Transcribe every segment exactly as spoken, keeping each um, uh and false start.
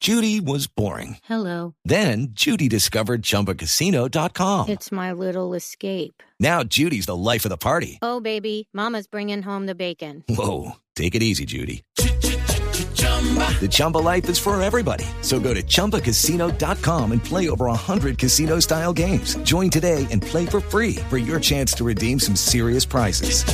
Judy was boring. Hello. Then Judy discovered Chumba Casino dot com. It's my little escape. Now Judy's the life of the party. Oh, baby, mama's bringing home the bacon. Whoa, take it easy, Judy. The Chumba life is for everybody. So go to Chumba Casino dot com and play over one hundred casino-style games. Join today and play for free for your chance to redeem some serious prizes.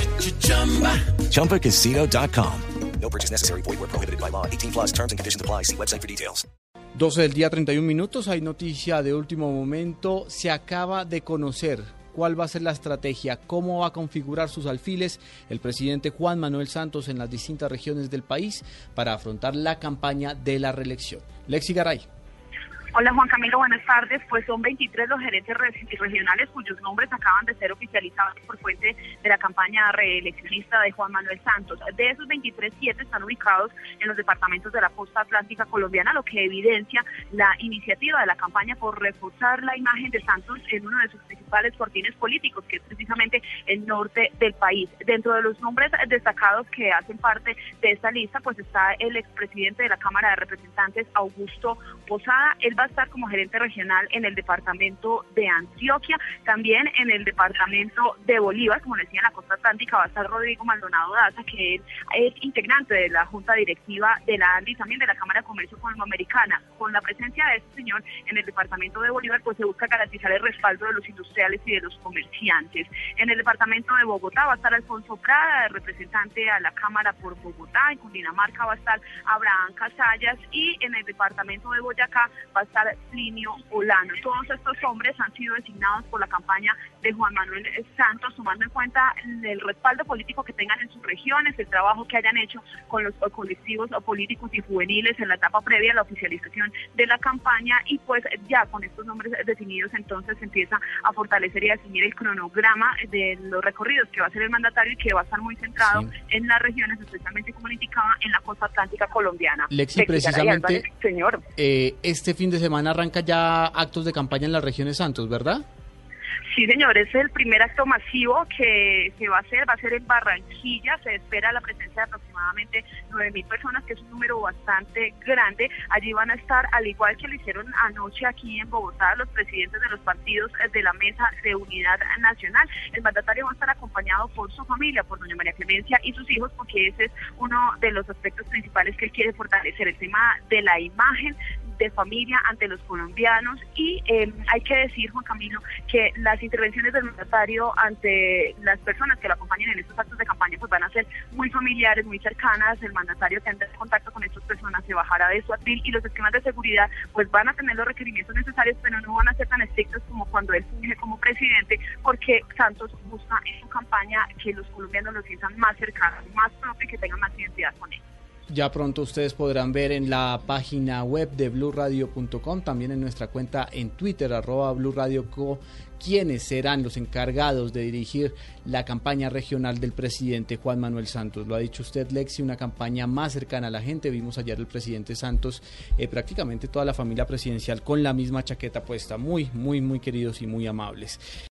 Chumba Casino dot com. No purchase necessary. Void where prohibited by law. eighteen plus terms and conditions apply. See website for details. doce del día, treinta y un minutos. Hay noticia de último momento. Se acaba de conocer cuál va a ser la estrategia, cómo va a configurar sus alfiles el presidente Juan Manuel Santos en las distintas regiones del país para afrontar la campaña de la reelección. Lexi Garay. Hola Juan Camilo, buenas tardes. Pues son veintitrés los gerentes regionales cuyos nombres acaban de ser oficializados por fuente de la campaña reeleccionista de Juan Manuel Santos. De esos veintitrés, siete están ubicados en los departamentos de la costa atlántica colombiana, lo que evidencia la iniciativa de la campaña por reforzar la imagen de Santos en uno de sus principales fortines políticos, que es precisamente el norte del país. Dentro de los nombres destacados que hacen parte de esta lista, pues está el expresidente de la Cámara de Representantes, Augusto Posada. Él va a estar como gerente regional en el departamento de Antioquia, también en el departamento de Bolívar, como decía, en la costa atlántica va a estar Rodrigo Maldonado Daza, que él es integrante de la junta directiva de la ANDI y también de la Cámara de Comercio Colomboamericana. Con la presencia de este señor en el departamento de Bolívar, pues se busca garantizar el respaldo de los industriales y de los comerciantes. En el departamento de Bogotá va a estar Alfonso Prada, representante a la Cámara por Bogotá. En Cundinamarca va a estar Abraham Casallas y en el departamento de Boyacá va a estar Plinio Olano. Todos estos hombres han sido designados por la campaña de Juan Manuel Santos, tomando en cuenta el respaldo político que tengan en sus regiones, el trabajo que hayan hecho con los colectivos políticos y juveniles en la etapa previa a la oficialización de la campaña, y pues ya con estos nombres definidos entonces se empieza a fortalecer y a definir el cronograma de los recorridos que va a hacer el mandatario y que va a estar muy centrado sí. en las regiones, especialmente como le indicaba, en la costa atlántica colombiana. Lexi, precisamente, señor. Eh, este fin de semana arranca ya actos de campaña en las regiones Santos, ¿verdad? Sí, señor, es el primer acto masivo que se va a hacer, va a ser en Barranquilla. Se espera la presencia de aproximadamente nueve mil personas, que es un número bastante grande. Allí van a estar, al igual que lo hicieron anoche aquí en Bogotá, los presidentes de los partidos de la Mesa de Unidad Nacional. El mandatario va a estar acompañado por su familia, por doña María Clemencia y sus hijos, porque ese es uno de los aspectos principales que él quiere fortalecer, el tema de la imagen de familia ante los colombianos. Y eh, hay que decir, Juan Camilo, que las intervenciones del mandatario ante las personas que lo acompañan en estos actos de campaña pues van a ser muy familiares, muy cercanas. El mandatario tendrá contacto con estas personas, se bajará de su atril, y los esquemas de seguridad pues van a tener los requerimientos necesarios, pero no van a ser tan estrictos como cuando él funge como presidente, porque Santos busca en su campaña que los colombianos lo sientan más cercanos, más propios y que tengan más identidad con él. Ya pronto ustedes podrán ver en la página web de blue radio punto com, también en nuestra cuenta en Twitter, arroba Blue Radio Co, quiénes serán los encargados de dirigir la campaña regional del presidente Juan Manuel Santos. Lo ha dicho usted, Lexi, una campaña más cercana a la gente. Vimos ayer el presidente Santos, eh, prácticamente toda la familia presidencial con la misma chaqueta puesta, muy, muy, muy queridos y muy amables.